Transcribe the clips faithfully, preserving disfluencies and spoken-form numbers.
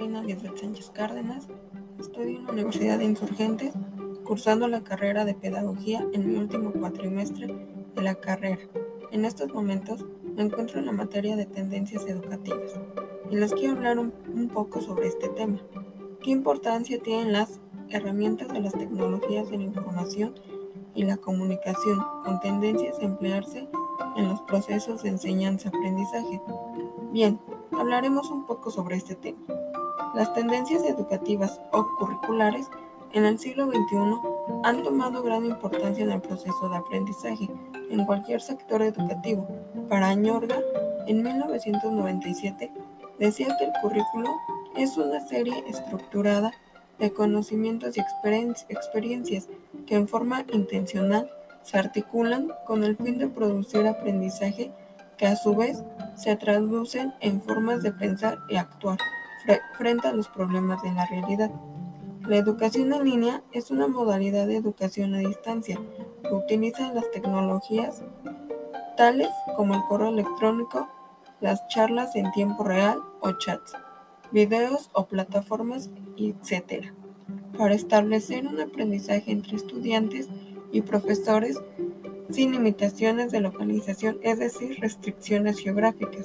Karina Lisbeth Sánchez Cárdenas, estudio en la Universidad de Insurgentes, cursando la carrera de Pedagogía en mi último cuatrimestre de la carrera. En estos momentos me encuentro en la materia de tendencias educativas y les quiero hablar un, un poco sobre este tema. ¿Qué importancia tienen las herramientas de las tecnologías de la información y la comunicación con tendencias a emplearse en los procesos de enseñanza-aprendizaje? Bien, hablaremos un poco sobre este tema. Las tendencias educativas o curriculares en el siglo veintiuno han tomado gran importancia en el proceso de aprendizaje en cualquier sector educativo. Para Añorga, en mil novecientos noventa y siete, decía que el currículo es una serie estructurada de conocimientos y experiencias que en forma intencional se articulan con el fin de producir aprendizaje que a su vez se traducen en formas de pensar y actuar frente a los problemas de la realidad. La educación en línea es una modalidad de educación a distancia que utiliza las tecnologías tales como el correo electrónico, las charlas en tiempo real o chats, videos o plataformas, etcétera, para establecer un aprendizaje entre estudiantes y profesores sin limitaciones de localización, es decir, restricciones geográficas.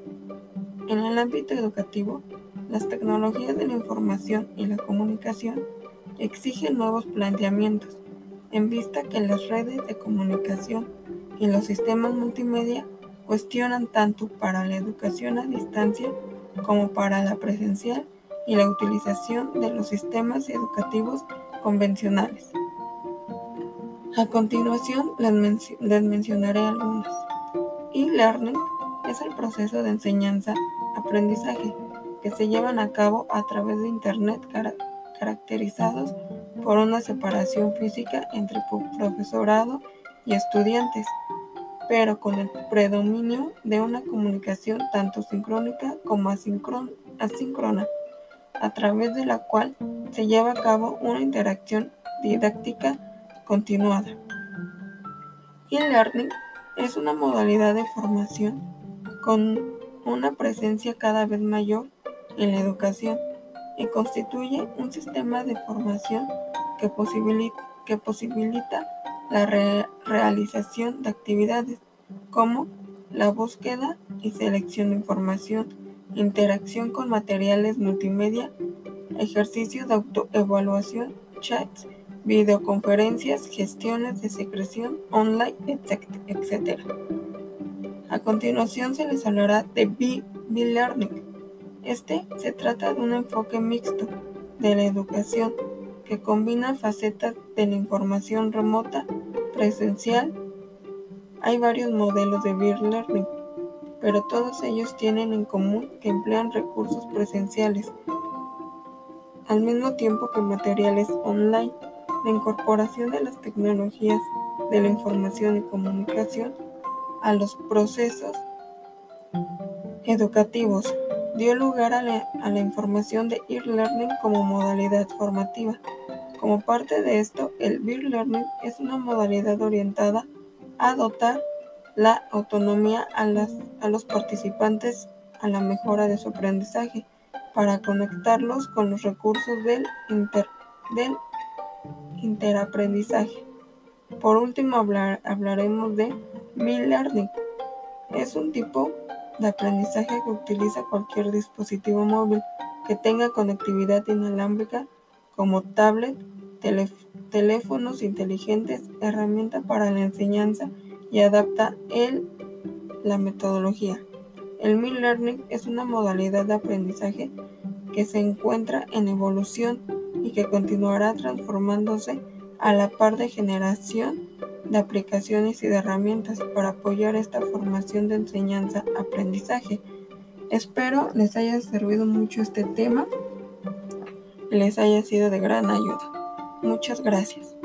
En el ámbito educativo, las tecnologías de la información y la comunicación exigen nuevos planteamientos, en vista que las redes de comunicación y los sistemas multimedia cuestionan tanto para la educación a distancia como para la presencial y la utilización de los sistemas educativos convencionales. A continuación les, men les mencionaré algunas. E-learning es el proceso de enseñanza-aprendizaje que se llevan a cabo a través de Internet car caracterizados por una separación física entre profesorado y estudiantes, pero con el predominio de una comunicación tanto sincrónica como asíncrona, a través de la cual se lleva a cabo una interacción didáctica continuada. E-learning es una modalidad de formación con una presencia cada vez mayor en la educación y constituye un sistema de formación que posibilita, que posibilita la re realización de actividades como la búsqueda y selección de información, interacción con materiales multimedia, ejercicios de autoevaluación, chats, videoconferencias, gestiones de secreción online, etcétera. A continuación se les hablará de B-Learning. Este se trata de un enfoque mixto de la educación que combina facetas de la información remota, presencial. Hay varios modelos de B-Learning, pero todos ellos tienen en común que emplean recursos presenciales al mismo tiempo que materiales online. La incorporación de las tecnologías de la información y comunicación a los procesos educativos dio lugar a la, a la información de e-learning como modalidad formativa. Como parte de esto, el B-learning es una modalidad orientada a dotar la autonomía a, las, a los participantes a la mejora de su aprendizaje, para conectarlos con los recursos del, inter, del interaprendizaje. Por último, hablar, hablaremos de M-Learning. Es un tipo de aprendizaje que utiliza cualquier dispositivo móvil que tenga conectividad inalámbrica como tablet, teléfonos inteligentes, herramienta para la enseñanza y adapta el, la metodología. El M-Learning es una modalidad de aprendizaje que se encuentra en evolución y que continuará transformándose a la par de generación de aplicaciones y de herramientas para apoyar esta formación de enseñanza-aprendizaje. Espero les haya servido mucho este tema y les haya sido de gran ayuda. Muchas gracias.